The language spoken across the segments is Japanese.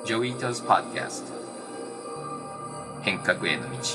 ジョイトズ・ポッドキャスト変革への道。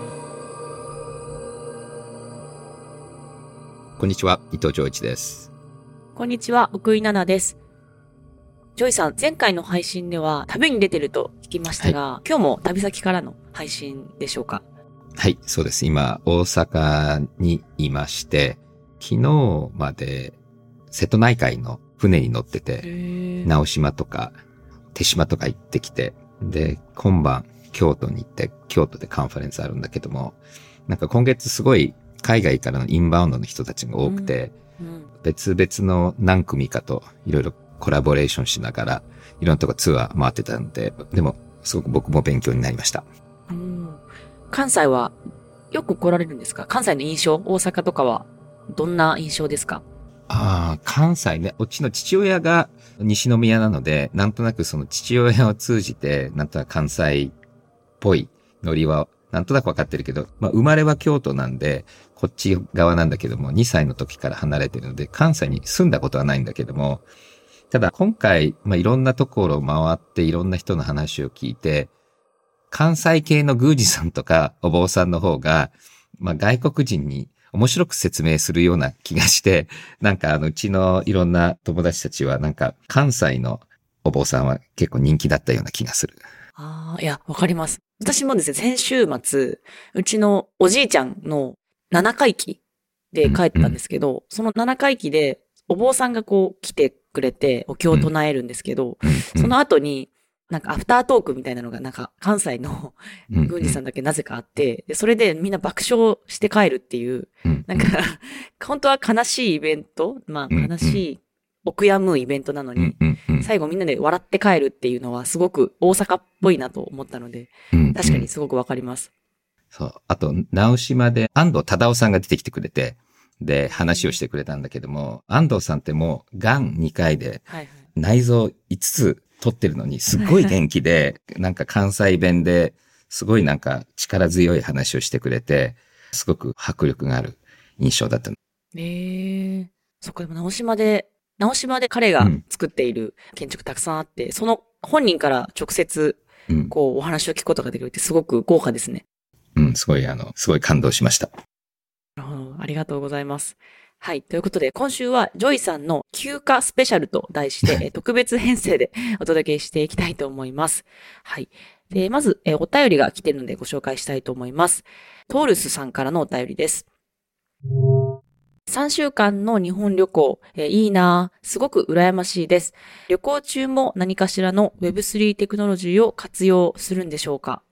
こんにちは、伊藤浄一です。 こんにちは、奥井奈々です。ジョイさん、前回の配信では旅に出てると聞きましたが、はい、今日も旅先からの配信でしょうか？ はい、そうです。今、大阪にいまして、昨日まで瀬戸内海の船に乗ってて、直島とか手島とか行ってきて、で、今晩京都に行って、京都でカンファレンスあるんだけども、なんか今月すごい海外からのインバウンドの人たちが多くて、別々の何組かといろいろコラボレーションしながら、いろんなとこツアー回ってたんで、でもすごく僕も勉強になりました。 関西はよく来られるんですか？関西の印象、大阪とかはどんな印象ですか？ 関西ね、うちの父親が西宮なので、なんとなくその父親を通じて、なんとなく関西っぽいノリはなんとなくわかってるけど、生まれは京都なんで、こっち側なんだけども、2歳の時から離れてるので、関西に住んだことはないんだけども、ただ今回、いろんなところを回っていろんな人の話を聞いて、関西系の宮司さんとかお坊さんの方が、外国人に面白く説明するような気がして、なんかうちのいろんな友達たちはなんか関西のお坊さんは結構人気だったような気がする。 いや、わかります。私もですね、先週末、うちのおじいちゃんの七回忌で帰ったんですけど、その七回忌でお坊さんがこう来てくれてお経を唱えるんですけど、その後になんかアフタートークみたいなのがなんか関西の宮司さんだけなぜかあって、でそれでみんな爆笑して帰るっていう、なんか本当は悲しいイベント、悲しいお悔やむイベントなのに、最後みんなで笑って帰るっていうのはすごく大阪っぽいなと思ったので、確かにすごくわかります。 そう。あと、直島で安藤忠雄さんが出てきてくれて、で、話をしてくれたんだけども、安藤さんってもう、癌2回で、内臓5つ取ってるのに、すっごい元気で、なんか関西弁で、すごいなんか力強い話をしてくれて、すごく迫力がある印象だった。 そっか、でも直島で彼が作っている建築たくさんあって、その本人から直接、こう、お話を聞くことができるってすごく豪華ですね。 すごい感動しました。 なるほど。ありがとうございます。はい。ということで、今週はジョイさんの休暇スペシャルと題して、特別編成でお届けしていきたいと思います。はい。で、まず、お便りが来ているのでご紹介したいと思います。トールスさんからのお便りです。3週間の日本旅行、いいなぁ。すごく羨ましいです。旅行中も何かしらの Web3 テクノロジーを活用するんでしょうか？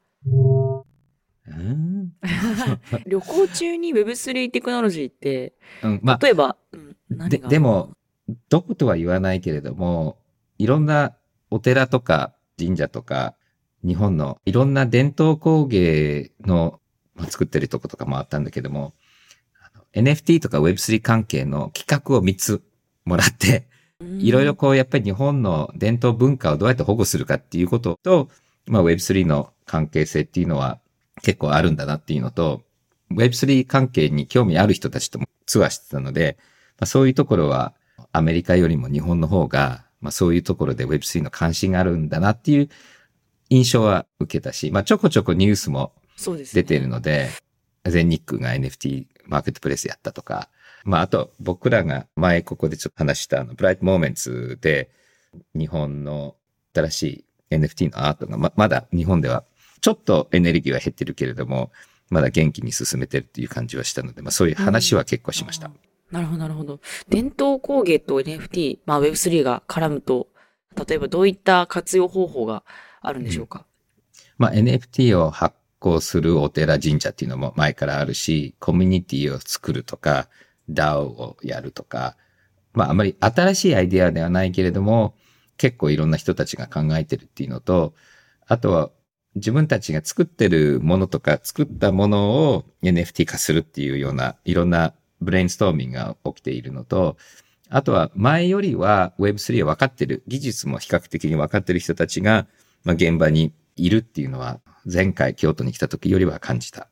旅行中に Web3 テクノロジーって、例えば、何がでも、どことは言わないけれども、いろんなお寺とか神社とか、日本のいろんな伝統工芸の作ってるとことかもあったんだけども、NFT とか Web3 関係の企画を3つもらって、いろいろこうやっぱり日本の伝統文化をどうやって保護するかっていうことと、Web3 の関係性っていうのは結構あるんだなっていうのと、Web3 関係に興味ある人たちともツアーしてたので、そういうところはアメリカよりも日本の方が、そういうところで Web3 の関心があるんだなっていう印象は受けたし、ちょこちょこニュースも出ているので、全日空が NFT マーケットプレイスやったとか、あと僕らが前ここでちょっと話したブライトモーメンツで日本の新しい NFT のアートがまだ日本ではちょっとエネルギーは減ってるけれども、まだ元気に進めてるっていう感じはしたので、そういう話は結構しました。 なるほど、なるほど。伝統工芸と NFT、Web3 が絡むと、例えばどういった活用方法があるんでしょうか？ NFT を発行するお寺神社っていうのも前からあるし、コミュニティを作るとか、DAO をやるとか、あまり新しいアイデアではないけれども、結構いろんな人たちが考えてるっていうのと、あとは自分たちが作ってるものとか作ったものを NFT 化するっていうようないろんなブレインストーミングが起きているのと、あとは前よりは Web3 を分かってる、技術も比較的に分かってる人たちが、現場にいるっていうのは前回京都に来た時よりは感じた。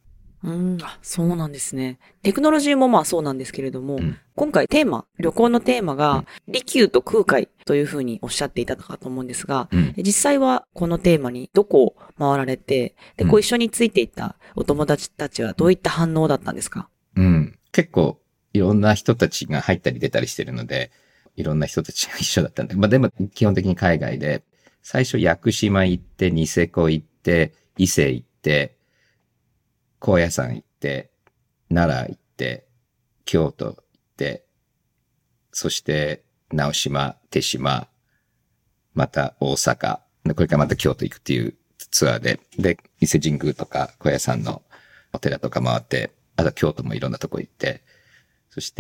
そうなんですね。テクノロジーもまあそうなんですけれども、 うん、 今回旅行のテーマが、利休と空海というふうにおっしゃっていたかと思うんですが、実際はこのテーマにどこを回られて、で、一緒についていたお友達たちはどういった反応だったんですか？ 結構いろんな人たちが入ったり出たりしてるので、いろんな人たちが一緒だったんで、でも基本的に海外で、最初屋久島行って、ニセコ行って、伊勢行って、高野山行って、奈良行って、京都行って、そして直島、手島、また大阪、これからまた京都行くっていうツアーで、伊勢神宮とか高野山のお寺とか回って、あと京都もいろんなとこ行って、そして、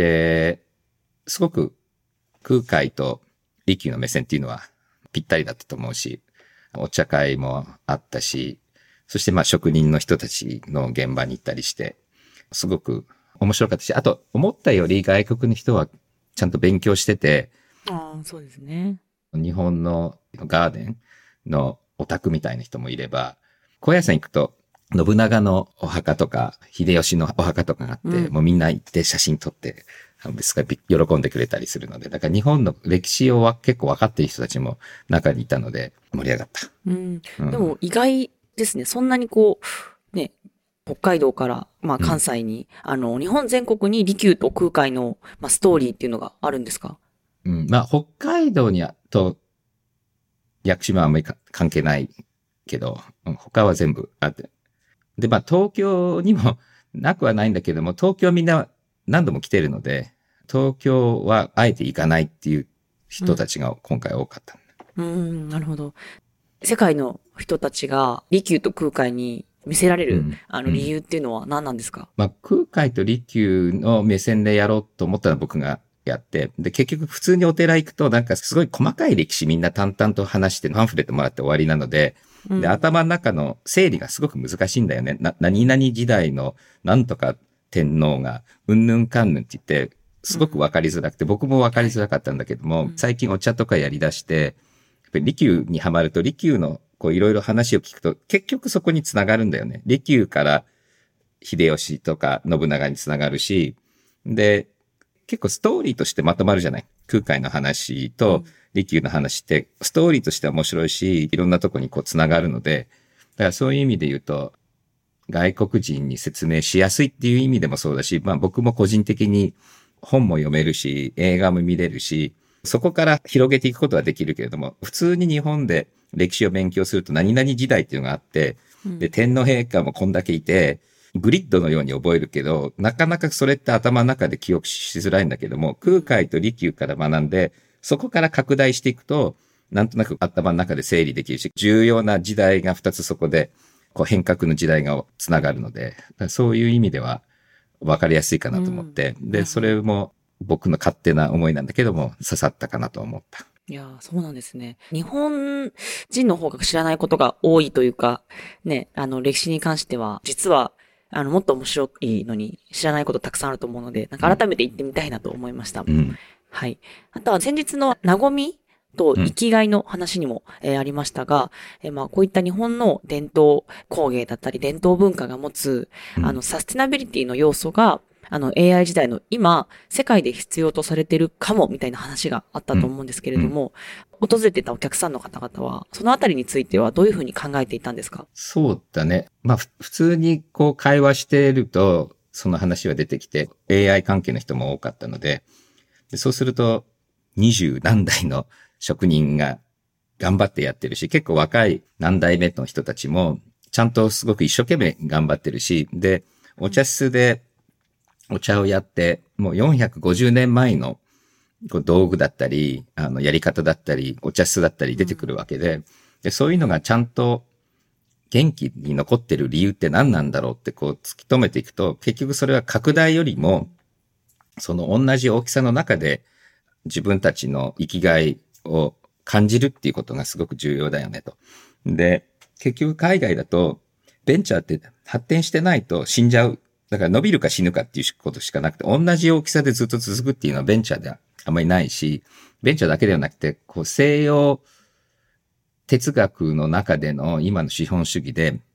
すごく空海と利休の目線っていうのはぴったりだったと思うし、お茶会もあったし、そして職人の人たちの現場に行ったりして、すごく面白かったし、あと思ったより外国の人はちゃんと勉強してて、 そうですね。 日本のガーデンのオタクみたいな人もいれば、高野山行くと信長のお墓とか秀吉のお墓とかがあって、もうみんな行って写真撮って、すごい喜んでくれたりするので、だから日本の歴史を結構分かっている人たちも中にいたので盛り上がった。 でも意外ですね。そんなにね、北海道から、関西に、日本全国に利休と空海の、ストーリーっていうのがあるんですか？ 北海道と、屋久島はあんまり関係ないけど、他は全部あって。で、東京にもなくはないんだけども、東京みんな何度も来てるので、東京はあえて行かないっていう人たちが今回多かった。 なるほど。世界の人たちが利休と空海に見せられる、理由っていうのは何なんですか？ 空海と利休の目線でやろうと思ったら僕がやって、で、結局普通にお寺行くとなんかすごい細かい歴史みんな淡々と話してパンフレットもらって終わりなので、で、頭の中の整理がすごく難しいんだよね。何々時代のなんとか天皇がうんぬんかんぬんって言って、すごくわかりづらくて、僕もわかりづらかったんだけども、最近お茶とかやり出して、利休にハマると利休のいろいろ話を聞くと結局そこにつながるんだよね。利休から秀吉とか信長につながるし、で、結構ストーリーとしてまとまるじゃない。空海の話と利休の話ってストーリーとしては面白いし、いろんなとこにつながるので、だからそういう意味で言うと、外国人に説明しやすいっていう意味でもそうだし、僕も個人的に本も読めるし、映画も見れるし、そこから広げていくことはできるけれども、普通に日本で歴史を勉強すると何々時代っていうのがあって、で、天皇陛下もこんだけいて、グリッドのように覚えるけど、なかなかそれって頭の中で記憶しづらいんだけども、空海と利休から学んで、そこから拡大していくと、なんとなく頭の中で整理できるし、重要な時代が2つそこで、変革の時代がつながるので、そういう意味では分かりやすいかなと思って、で、それも僕の勝手な思いなんだけども、刺さったかなと思った。 いやー、そうなんですね。日本人の方が知らないことが多いというか、ね、歴史に関しては、実は、もっと面白いのに知らないことたくさんあると思うので、なんか改めて行ってみたいなと思いました。はい。あとは先日の和みと生きがいの話にも、ありましたが、こういった日本の伝統工芸だったり伝統文化が持つ、サステナビリティの要素が、AI 時代の今、世界で必要とされているかも、みたいな話があったと思うんですけれども、訪れてたお客さんの方々は、そのあたりについてはどういうふうに考えていたんですか？ そうだね。普通に会話してると、その話は出てきて、AI 関係の人も多かったので、そうすると、20何代の職人が頑張ってやってるし、結構若い何代目の人たちも、ちゃんとすごく一生懸命頑張ってるし、で、お茶室でお茶をやって、もう450年前の道具だったり、やり方だったり、お茶室だったり出てくるわけで、で、そういうのがちゃんと元気に残ってる理由って何なんだろうって突き止めていくと、結局それは拡大よりも、その同じ大きさの中で自分たちの生きがいを感じるっていうことがすごく重要だよねと。で、結局海外だとベンチャーって発展してないと死んじゃう。だから伸びるか死ぬかっていうことしかなくて、同じ大きさでずっと続くっていうのはベンチャーではあまりないし、ベンチャーだけではなくて、西洋哲学の中での今の資本主義で、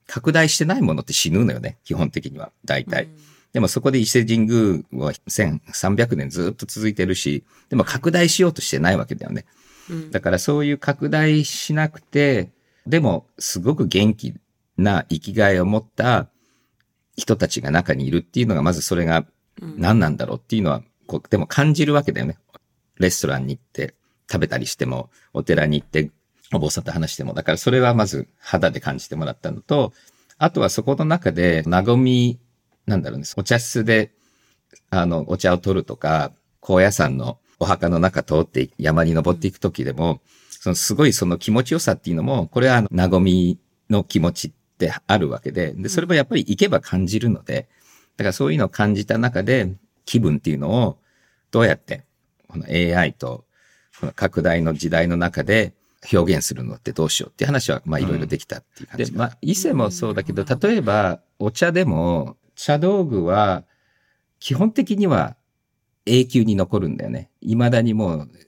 拡大してないものって死ぬのよね。基本的には。大体。でもそこで伊勢神宮は1300年ずっと続いてるし、でも拡大しようとしてないわけだよね。だからそういう拡大しなくて、でもすごく元気な生きがいを持った人たちが中にいるっていうのが、まずそれが何なんだろうっていうのは、でも感じるわけだよね。レストランに行って食べたりしても、お寺に行ってお坊さんと話しても、だからそれはまず肌で感じてもらったのと、あとはそこの中で、和み、なんだろうね、お茶室で、お茶を取るとか、高野山のお墓の中通って山に登っていくときでも、すごいその気持ちよさっていうのも、これは和みの気持ちってあるわけで、それもやっぱり行けば感じるので、だからそういうのを感じた中で、気分っていうのをどうやって、この AI と、この拡大の時代の中で表現するのってどうしようっていう話は、まあいろいろできたっていう感じ。で、伊勢もそうだけど、例えばお茶でも、茶道具は基本的には永久に残るんだよね。未だにもう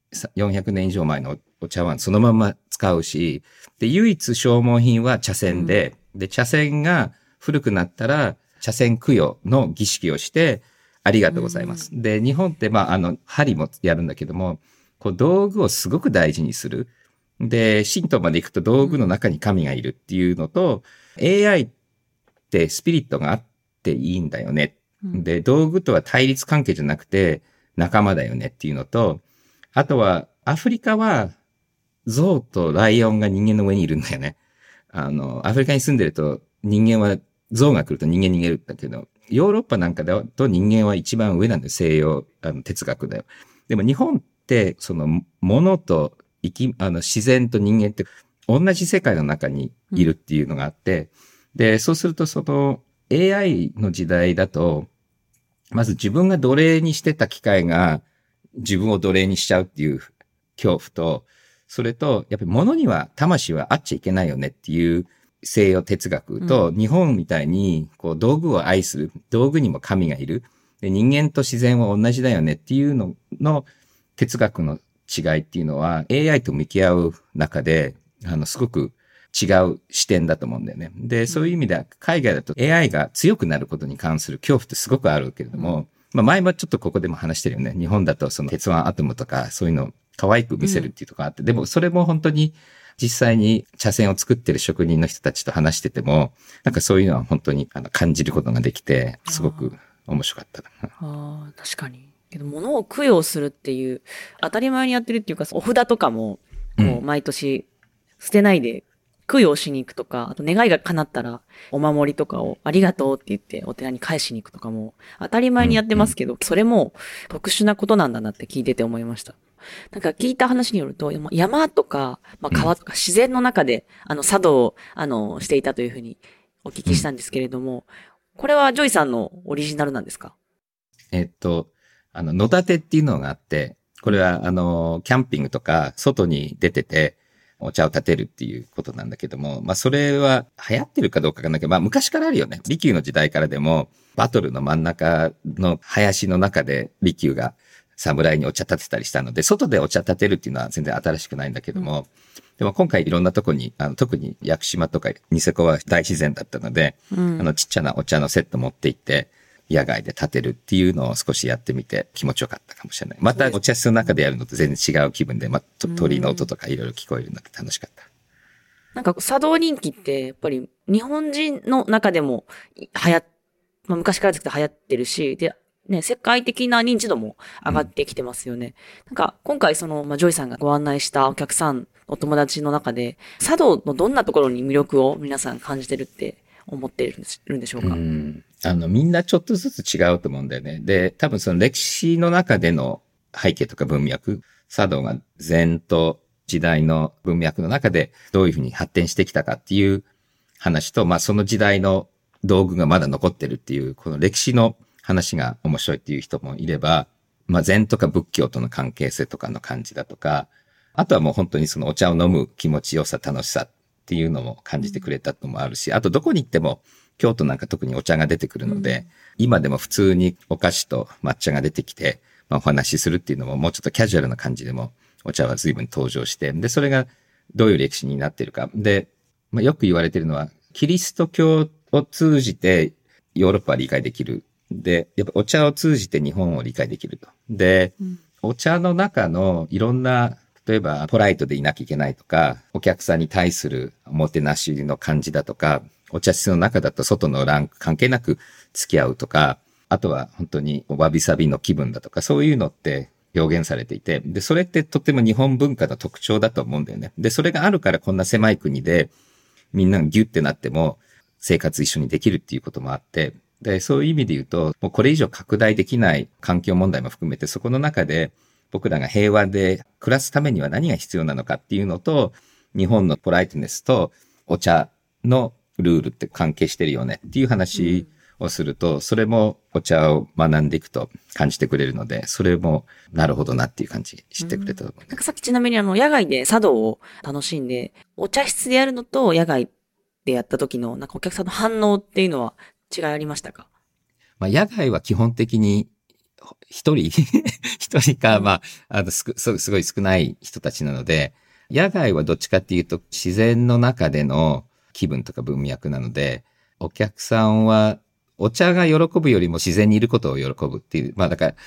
400年以上前のお茶碗そのまま使うし、で、唯一消耗品は茶筅で、で、茶筅が古くなったら茶筅供養の儀式をして、ありがとうございます。で、日本って針もやるんだけども、道具をすごく大事にする。で、神道まで行くと道具の中に神がいるっていうのと、AI ってスピリットがあっていいんだよね。で、道具とは対立関係じゃなくて仲間だよねっていうのと、あとはアフリカは象とライオンが人間の上にいるんだよね。アフリカに住んでると人間は象が来ると人間逃げるんだけど、ヨーロッパなんかだと人間は一番上なんだよ。西洋哲学だよ。でも日本って物と自然と人間って同じ世界の中にいるっていうのがあって、で、そうするとAI の時代だと、まず自分が奴隷にしてた機械が自分を奴隷にしちゃうっていう恐怖と、それと、やっぱり物には魂はあっちゃいけないよねっていう西洋哲学と、日本みたいに道具を愛する、道具にも神がいる。で、人間と自然は同じだよねっていうのの哲学の違いっていうのは AI と向き合う中で、すごく違う視点だと思うんだよね。で、そういう意味では海外だと AI が強くなることに関する恐怖ってすごくあるけれども、前もちょっとここでも話してるよね。日本だと鉄腕アトムとかそういうのを可愛く見せるっていうところがあって、でもそれも本当に実際に茶筅を作ってる職人の人たちと話してても、なんかそういうのは本当に感じることができて、すごく面白かった。 確かに。けど物を供養するっていう、当たり前にやってるっていうか、お札とかも、毎年捨てないで供養しに行くとか、あと願いが叶ったらお守りとかをありがとうって言ってお寺に返しに行くとかも当たり前にやってますけど、それも特殊なことなんだなって聞いてて思いました。なんか聞いた話によると、山とか、川とか自然の中で茶道をしていたというふうにお聞きしたんですけれども、これはジョイさんのオリジナルなんですか？ 野立てっていうのがあって、これはキャンピングとか外に出てて、お茶を立てるっていうことなんだけども、それは流行ってるかどうかがなきゃ、昔からあるよね。利休の時代からでも、バトルの真ん中の林の中で利休が侍にお茶立てたりしたので、外でお茶立てるっていうのは全然新しくないんだけども、でも今回いろんなとこに、特に屋久島とかニセコは大自然だったので、ちっちゃなお茶のセット持って行って、野外で立てるっていうのを少しやってみて気持ちよかったかもしれない。またお茶室の中でやるのと全然違う気分で、鳥の音とかいろいろ聞こえるので楽しかった。 なんか茶道人気ってやっぱり日本人の中でも昔からずっと流行ってるし、で、ね、世界的な認知度も上がってきてますよね。なんか今回ジョイさんがご案内したお客さん、お友達の中で、茶道のどんなところに魅力を皆さん感じてるって思ってるんでしょうか？ みんなちょっとずつ違うと思うんだよね。で、多分その歴史の中での背景とか文脈、茶道が禅と時代の文脈の中でどういうふうに発展してきたかっていう話と、その時代の道具がまだ残ってるっていう、この歴史の話が面白いっていう人もいれば、禅とか仏教との関係性とかの感じだとか、あとはもう本当にそのお茶を飲む気持ちよさ、楽しさっていうのも感じてくれたのもあるし、あとどこに行っても京都なんか特にお茶が出てくるので、今でも普通にお菓子と抹茶が出てきて、お話しするっていうのももうちょっとキャジュアルな感じでもお茶は随分登場して、で、それがどういう歴史になっているか。で、よく言われているのは、 キリスト教を通じてヨーロッパは理解できる。で、やっぱお茶を通じて日本を理解できると。で、お茶の中のいろんな、例えばポライトでいなきゃいけないとか、お客さんに対するおもてなしの感じだとか、お茶室の中だと外のランク関係なく付き合うとか、あとは本当にわびさびの気分だとか、そういうのって表現されていて、で、それってとっても日本文化の特徴だと思うんだよね。で、それがあるからこんな狭い国でみんながギュッてなっても生活一緒にできるっていうこともあって、で、そういう意味で言うと、もうこれ以上拡大できない環境問題も含めて、そこの中で僕らが平和で暮らすためには何が必要なのかっていうのと、日本のポライトネスとお茶のルールって関係してるよねっていう話をすると、それもお茶を学んでいくと感じてくれるので、それもなるほどなっていう感じしてくれたと思うね。 なんかさっきちなみに野外で茶道を楽しんで、お茶室でやるのと野外でやった時のなんかお客さんの反応っていうのは違いありましたか？ まあ野外は基本的に一人一人か、まあ、すごい少ない人たちなので、野外はどっちかっていうと自然の中での気分とか文脈なので、お客さんはお茶が喜ぶよりも自然にいることを喜ぶっていう、まあだから、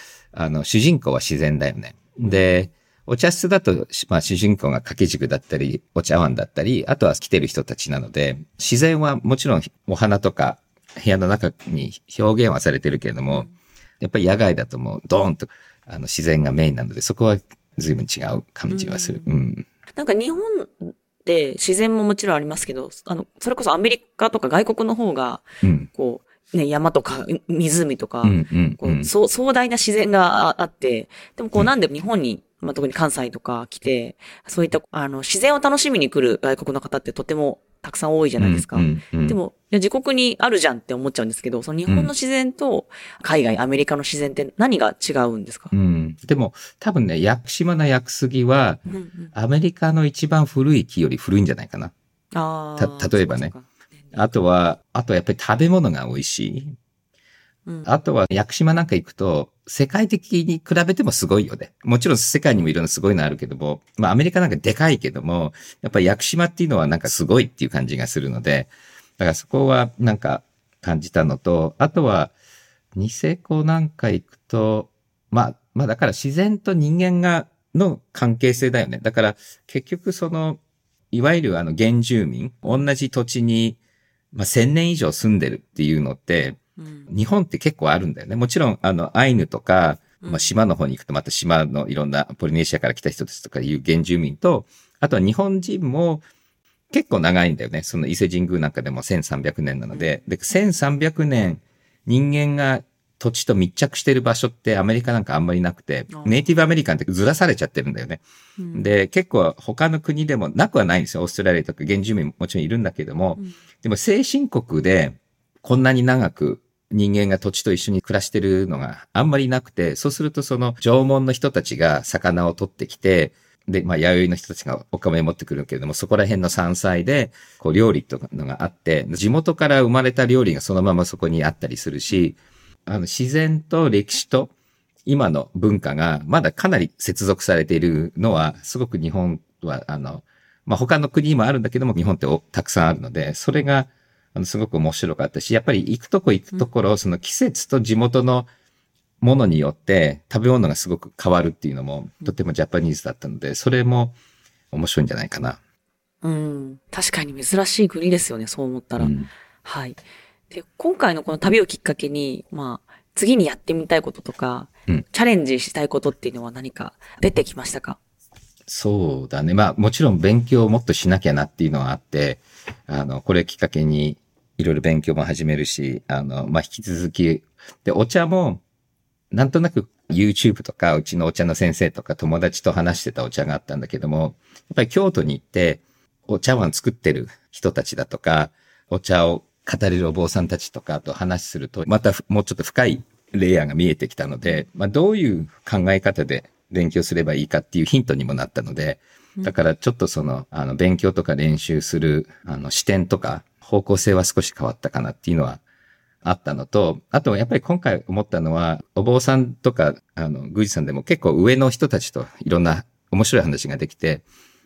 主人公は自然だよね。で、お茶室だと、まあ主人公が掛け軸だったり、お茶碗だったり、あとは来てる人たちなので、自然はもちろんお花とか部屋の中に表現はされてるけれども、やっぱり野外だともうドーンと自然がメインなので、そこは随分違う感じはする。 なんか日本で自然ももちろんありますけど、それこそアメリカとか外国の方が、こう、ね、山とか湖とか、壮大な自然があって、でもこうなんで日本に、まあ、特に関西とか来て、そういった自然を楽しみに来る外国の方ってとてもたくさん多いじゃないですか。でも、自国にあるじゃんって思っちゃうんですけど、その日本の自然と海外、アメリカの自然って何が違うんですか？ でも、多分ね、屋久島の屋久杉は、アメリカの一番古い木より古いんじゃないかな。例えばね。あとはやっぱり食べ物が美味しい。あとは屋久島なんか行くと、世界的に比べてもすごいよね。もちろん世界にもいろんなすごいのあるけども、まあアメリカなんかでかいけども、やっぱり屋久島っていうのはなんかすごいっていう感じがするので、だからそこはなんか感じたのと、あとはニセコなんか行くと、まあだから自然と人間の関係性だよね。だから結局いわゆる原住民、同じ土地に、まあ、1000年以上住んでるっていうのって、日本って結構あるんだよね。もちろん、アイヌとか、まあ、島の方に行くとまた島のいろんなポリネシアから来た人たちとかいう原住民と、あとは日本人も結構長いんだよね。その伊勢神宮なんかでも1300年なので、で、1300年人間が土地と密着してる場所ってアメリカなんかあんまりなくて、ネイティブアメリカンってずらされちゃってるんだよね。で、結構他の国でもなくはないんですよ。オーストラリアとか原住民もちろんいるんだけども、でも先進国でこんなに長く人間が土地と一緒に暮らしてるのがあんまりなくて、そうするとその縄文の人たちが魚を取ってきて、で、まあ、弥生の人たちがお米を持ってくるけれども、そこら辺の山菜で、こう、料理というのがあって、地元から生まれた料理がそのままそこにあったりするし、自然と歴史と今の文化がまだかなり接続されているのは、すごく日本は、まあ、他の国にもあるんだけども、日本ってたくさんあるので、それが、すごく面白かったし、やっぱり行くところ、その季節と地元のものによって食べ物がすごく変わるっていうのも、とてもジャパニーズだったので、それも面白いんじゃないかな。 確かに珍しい国ですよね、そう思ったら。はい。で、今回のこの旅をきっかけに、まあ、次にやってみたいこととか、チャレンジしたいことっていうのは何か出てきましたか？ そうだね。まあ、もちろん勉強をもっとしなきゃなっていうのはあって、これきっかけにいろいろ勉強も始めるし、まあ、引き続き、で、お茶も、なんとなく YouTube とか、うちのお茶の先生とか友達と話してたお茶があったんだけども、やっぱり京都に行って、お茶碗作ってる人たちだとか、お茶を語れるお坊さんたちとかと話すると、またもうちょっと深いレイヤーが見えてきたので、まあ、どういう考え方で勉強すればいいかっていうヒントにもなったので、だからちょっと勉強とか練習する、視点とか、方向性は少し変わったかなっていうのはあったのと、あとやっぱり今回思ったのは、お坊さんとか、宮司さんでも結構上の人たちといろんな面白い話ができて、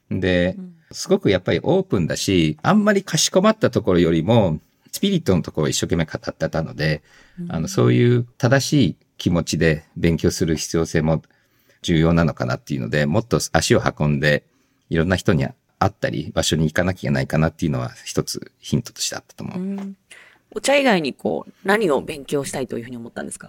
で、すごくやっぱりオープンだし、あんまりかしこまったところよりも、スピリットのところを一生懸命語ってたので、そういう正しい気持ちで勉強する必要性も重要なのかなっていうので、もっと足を運んで、いろんな人に会ったり、場所に行かなきゃいけないかなっていうのは一つヒントとしてあったと思う。 お茶以外に何を勉強したいというふうに思ったんですか？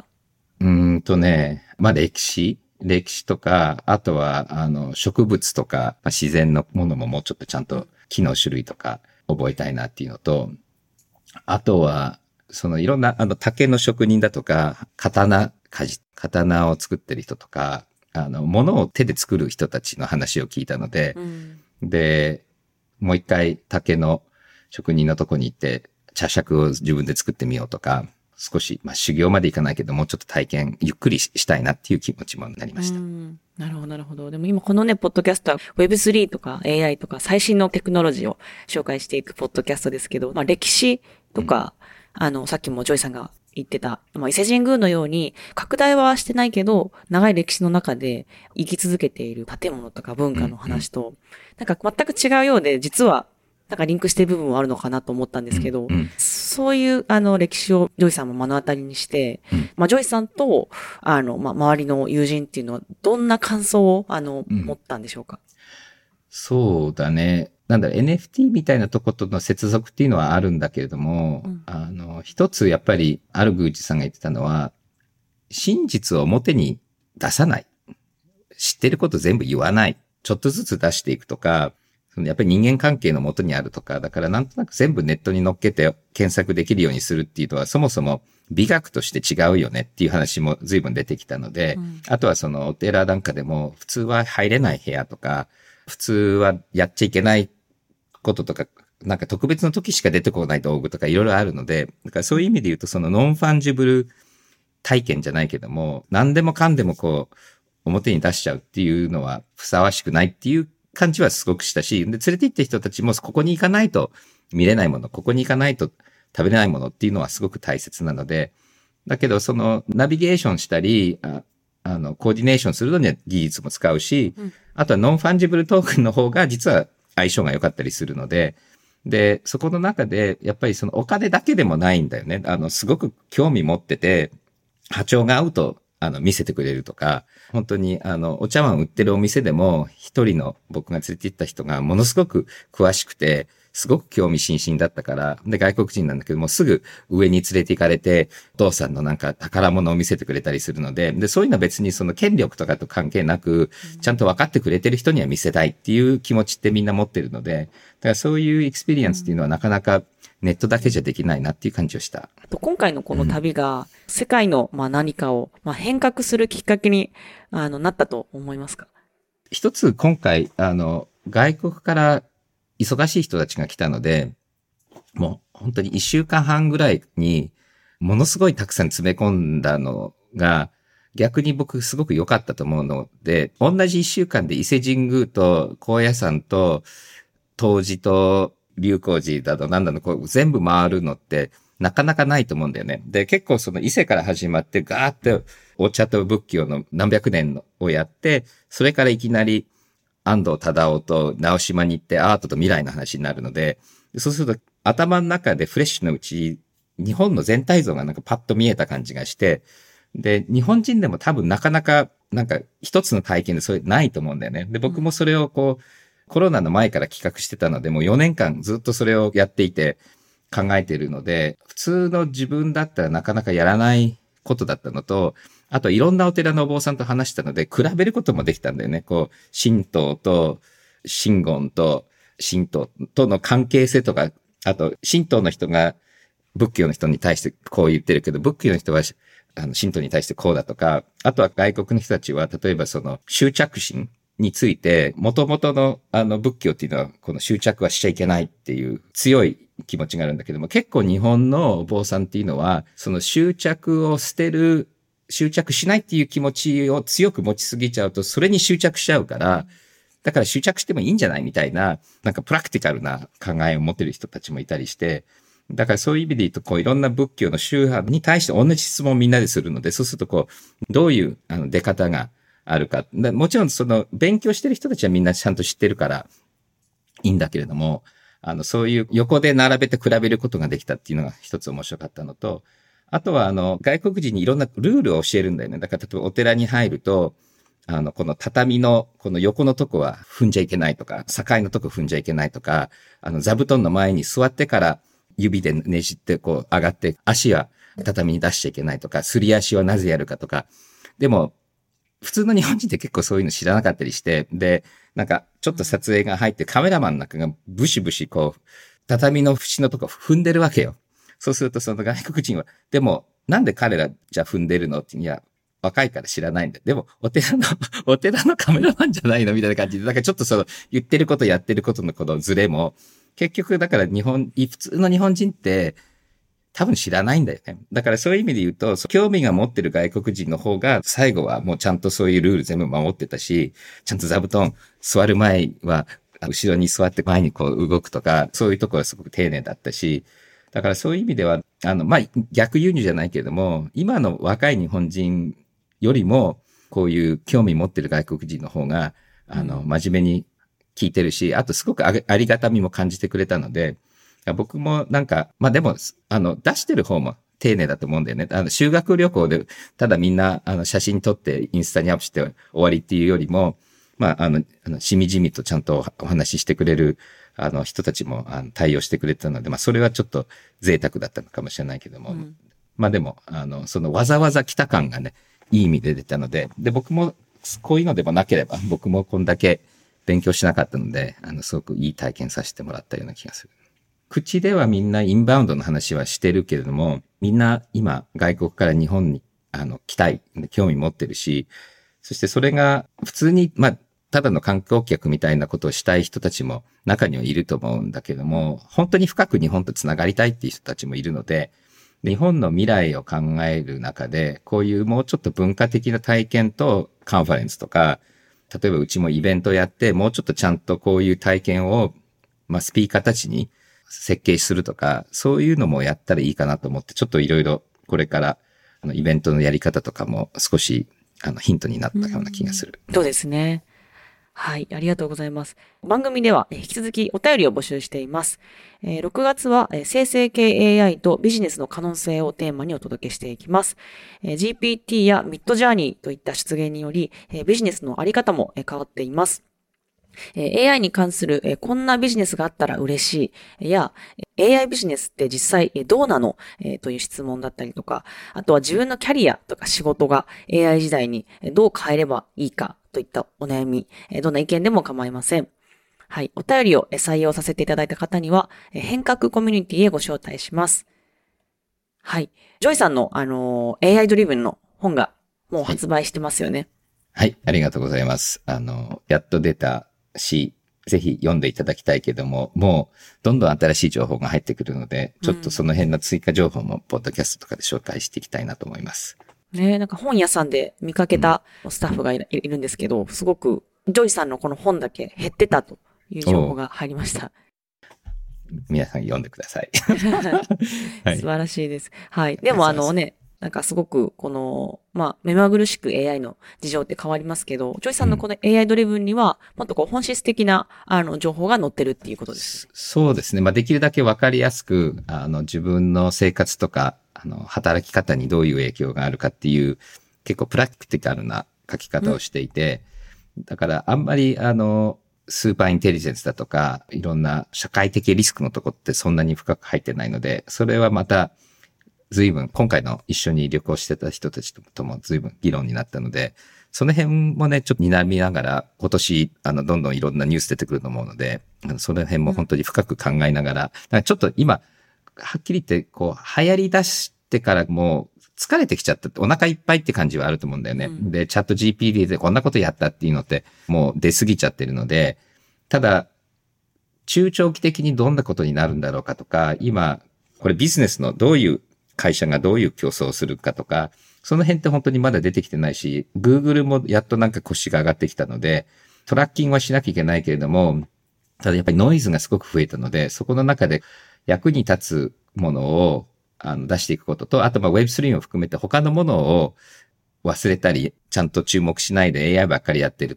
歴史とか、あとは、植物とか、自然のものももうちょっとちゃんと木の種類とか覚えたいなっていうのと、あとは、いろんな、竹の職人だとか、刀を作ってる人とか、物を手で作る人たちの話を聞いたので、で、もう一回竹の職人のとこに行って、茶杓を自分で作ってみようとか、少し、修行までいかないけど、もうちょっと体験、ゆっくりしたいなっていう気持ちもなりました。 なるほど、なるほど。でも今このね、ポッドキャストは Web3 とか AI とか最新のテクノロジーを紹介していくポッドキャストですけど、歴史とか、さっきもジョイさんが言ってた、伊勢神宮のように拡大はしてないけど、長い歴史の中で生き続けている建物とか文化の話と、なんか全く違うようで、実はなんかリンクしてる部分はあるのかなと思ったんですけど、そういう歴史をジョイさんも目の当たりにして、ジョイさんと周りの友人っていうのはどんな感想を持ったんでしょうか？ そうだね。NFT みたいなとことの接続っていうのはあるんだけれども、一つやっぱりある宮司さんが言ってたのは、真実を表に出さない。知ってること全部言わない。ちょっとずつ出していくとか、やっぱり人間関係の元にあるとか、だからなんとなく全部ネットに乗っけて検索できるようにするっていうのはそもそも美学として違うよねっていう話も随分出てきたので、あとはお寺なんかでも普通は入れない部屋とか、普通はやっちゃいけないこととか、なんか特別の時しか出てこない道具とかいろいろあるので、だからそういう意味で言うとノンファンジブル体験じゃないけども、何でもかんでも表に出しちゃうっていうのはふさわしくないっていう感じはすごくしたし、で、連れて行った人たちもここに行かないと見れないもの、ここに行かないと食べれないものっていうのはすごく大切なので、だけどナビゲーションしたり、コーディネーションするのには技術も使うし、あとはノンファンジブルトークンの方が実は相性が良かったりするので、で、そこの中でやっぱりお金だけでもないんだよね。すごく興味持ってて、波長が合うと見せてくれるとか、本当にお茶碗売ってるお店でも一人の僕が連れて行った人がものすごく詳しくて、すごく興味津々だったから、で、外国人なんだけども、すぐ上に連れて行かれて、お父さんのなんか宝物を見せてくれたりするので、で、そういうのは別に権力とかと関係なく、ちゃんと分かってくれてる人には見せたいっていう気持ちってみんな持ってるので、だからそういうエクスペリエンスっていうのはなかなかネットだけじゃできないなっていう感じをした。 今回のこの旅が、世界の何かを変革するきっかけになったと思いますか？ 一つ今回、外国から忙しい人たちが来たので、もう本当に1週間半ぐらいにものすごいたくさん詰め込んだのが逆に僕すごく良かったと思うので、同じ1週間で伊勢神宮と高野山と東寺と龍光寺だとなんだの全部回るのってなかなかないと思うんだよね。で、結構伊勢から始まってガーってお茶と仏教の何百年をやって、それからいきなり安藤忠雄と直島に行ってアートと未来の話になるので、そうすると頭の中でフレッシュのうち日本の全体像がなんかパッと見えた感じがして、で、日本人でも多分なかなかなんか一つの体験でそれないと思うんだよね。で、僕もそれをコロナの前から企画してたので、もう4年間ずっとそれをやっていて考えているので、普通の自分だったらなかなかやらないことだったのと、あといろんなお寺のお坊さんと話したので、比べることもできたんだよね。神道と真言と神道との関係性とか、あと神道の人が仏教の人に対してこう言ってるけど、仏教の人は神道に対してこうだとか、あとは外国の人たちは例えば執着心について、元々の仏教っていうのはこの執着はしちゃいけないっていう強い気持ちがあるんだけども、結構日本のお坊さんっていうのはその執着を捨てる、執着しないっていう気持ちを強く持ちすぎちゃうとそれに執着しちゃうから、だから執着してもいいんじゃないみたいな、なんかプラクティカルな考えを持ってる人たちもいたりして、だからそういう意味で言うといろんな仏教の宗派に対して同じ質問をみんなでするので、そうするとどういう出方があるか。もちろん勉強してる人たちはみんなちゃんと知ってるからいいんだけれども、そういう横で並べて比べることができたっていうのが一つ面白かったのと、あとは外国人にいろんなルールを教えるんだよね。だから例えばお寺に入ると、この畳の、この横のとこは踏んじゃいけないとか、境のとこ踏んじゃいけないとか、座布団の前に座ってから指でねじってこう上がって、足は畳に出しちゃいけないとか、すり足はなぜやるかとか。でも、普通の日本人って結構そういうの知らなかったりして、で、なんかちょっと撮影が入ってカメラマンの中がブシブシこう、畳の縁のとこ踏んでるわけよ。そうするとその外国人は、でもなんで彼らじゃ踏んでるのって、いや、若いから知らないんだ。でも、お寺のカメラマンじゃないのみたいな感じで、だからちょっとその言ってることやってることのこのズレも、結局だから普通の日本人って多分知らないんだよね。だからそういう意味で言うと、興味が持ってる外国人の方が最後はもうちゃんとそういうルール全部守ってたし、ちゃんと座布団座る前は後ろに座って前にこう動くとか、そういうところはすごく丁寧だったし、だからそういう意味では、逆輸入じゃないけれども、今の若い日本人よりも、こういう興味持ってる外国人の方が、真面目に聞いてるし、あとすごくありがたみも感じてくれたので、僕もなんか、でも、出してる方も丁寧だと思うんだよね。修学旅行で、ただみんな、写真撮ってインスタにアップして終わりっていうよりも、しみじみとちゃんとお話ししてくれる、人たちも対応してくれてたので、それはちょっと贅沢だったのかもしれないけども、でも、そのわざわざ来た感がね、いい意味で出たので、僕もこういうのでもなければ、僕もこんだけ勉強しなかったので、すごくいい体験させてもらったような気がする。口ではみんなインバウンドの話はしてるけれども、みんな今外国から日本に来たい、興味持ってるし、そしてそれが普通に、ただの観光客みたいなことをしたい人たちも中にはいると思うんだけども、本当に深く日本とつながりたいっていう人たちもいるので、日本の未来を考える中で、こういうもうちょっと文化的な体験とカンファレンスとか、例えばうちもイベントやって、もうちょっとちゃんとこういう体験を、スピーカーたちに設計するとか、そういうのもやったらいいかなと思って、ちょっといろいろこれからイベントのやり方とかも少しヒントになったような気がする。 そうですね。はい、ありがとうございます。番組では引き続きお便りを募集しています。6月は生成系 AI とビジネスの可能性をテーマにお届けしていきます。GPT やミッドジャーニーといった出現によりビジネスのあり方も変わっています。AI に関するこんなビジネスがあったら嬉しいや AI ビジネスって実際どうなのという質問だったりとか、あとは自分のキャリアとか仕事が AI 時代にどう変えればいいかといったお悩み、どんな意見でも構いません。はい、お便りを採用させていただいた方には変革コミュニティへご招待します。はい、ジョイさんのAI ドリブンの本がもう発売してますよね。 はい、ありがとうございます。やっと出たし、ぜひ読んでいただきたいけども、もうどんどん新しい情報が入ってくるので、ちょっとその辺の追加情報もポッドキャストとかで紹介していきたいなと思います。 ね、なんか本屋さんで見かけたスタッフがいるんですけど、すごくジョイさんのこの本だけ減ってたという情報が入りました。 皆さん読んでください。 はい、素晴らしいです。はい。でもなんかすごくこの、目まぐるしく AI の事情って変わりますけど、ジョイさんのこの AI ドリブンには、もっとこう本質的な情報が載ってるっていうことです。 そうですね。できるだけわかりやすく、自分の生活とか、働き方にどういう影響があるかっていう、結構プラクティカルな書き方をしていて、だからあんまりスーパーインテリジェンスだとか、いろんな社会的リスクのとこってそんなに深く入ってないので、それはまた、随分、今回の一緒に旅行してた人たちとも随分議論になったので、その辺もね、ちょっと睨みながら、今年、どんどんいろんなニュース出てくると思うので、その辺も本当に深く考えながら、ちょっと今、はっきり言って、こう、流行り出してからもう、疲れてきちゃった、お腹いっぱいって感じはあると思うんだよね。で、チャット GPT でこんなことやったっていうのって、もう出過ぎちゃってるので、ただ、中長期的にどんなことになるんだろうかとか、今、これビジネスのどういう会社がどういう競争をするかとか、その辺って本当にまだ出てきてないし、Google もやっとなんか腰が上がってきたので、トラッキングはしなきゃいけないけれども、ただやっぱりノイズがすごく増えたので、そこの中で役に立つものを出していくことと、あとWeb3 も含めて他のものを忘れたり、ちゃんと注目しないで AI ばっかりやってると、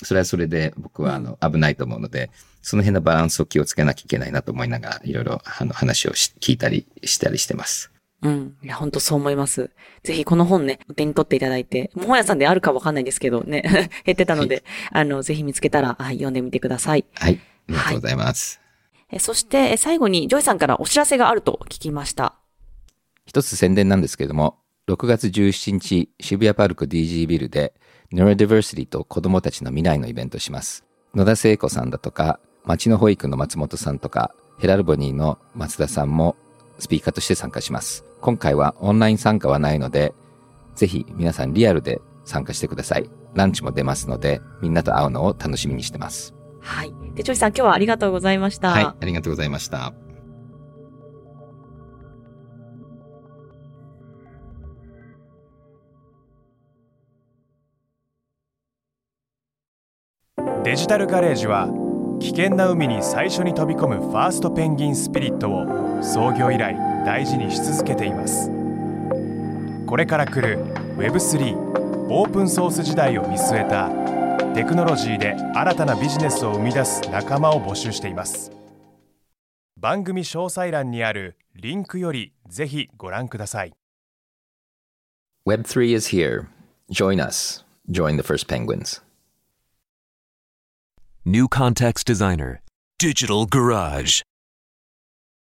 それはそれで僕は危ないと思うので、その辺のバランスを気をつけなきゃいけないなと思いながら、いろいろ話を聞いたりしたりしてます。 うん。いや、本当そう思います。ぜひこの本ね、お手に取っていただいて、本屋さんであるかわかんないですけどね、減ってたので、はい、ぜひ見つけたら、はい、読んでみてください。 はい。ありがとうございます。 はい、そして、最後にジョイさんからお知らせがあると聞きました。 一つ宣伝なんですけれども、6月17日、渋谷パルコ DG ビルで、Neurodiversity と子供たちの未来のイベントをします。野田聖子さんだとか、町の保育の松本さんとか、ヘラルボニーの松田さんもスピーカーとして参加します。今回はオンライン参加はないので、ぜひ皆さんリアルで参加してください。ランチも出ますので、みんなと会うのを楽しみにしてます。 はい。で、ジョイさん今日はありがとうございました。 はい、ありがとうございました。 デジタルガレージは危険な海に最初に飛び込むファーストペンギンスピリットを創業以来大事にし続けています。これから来る Web3 オープンソース時代を見据えたテクノロジーで新たなビジネスを生み出す仲間を募集しています。番組詳細欄にあるリンクよりぜひご覧ください。 Web3 is here. Join us. Join the first penguins. New Context Designer, Digital Garage.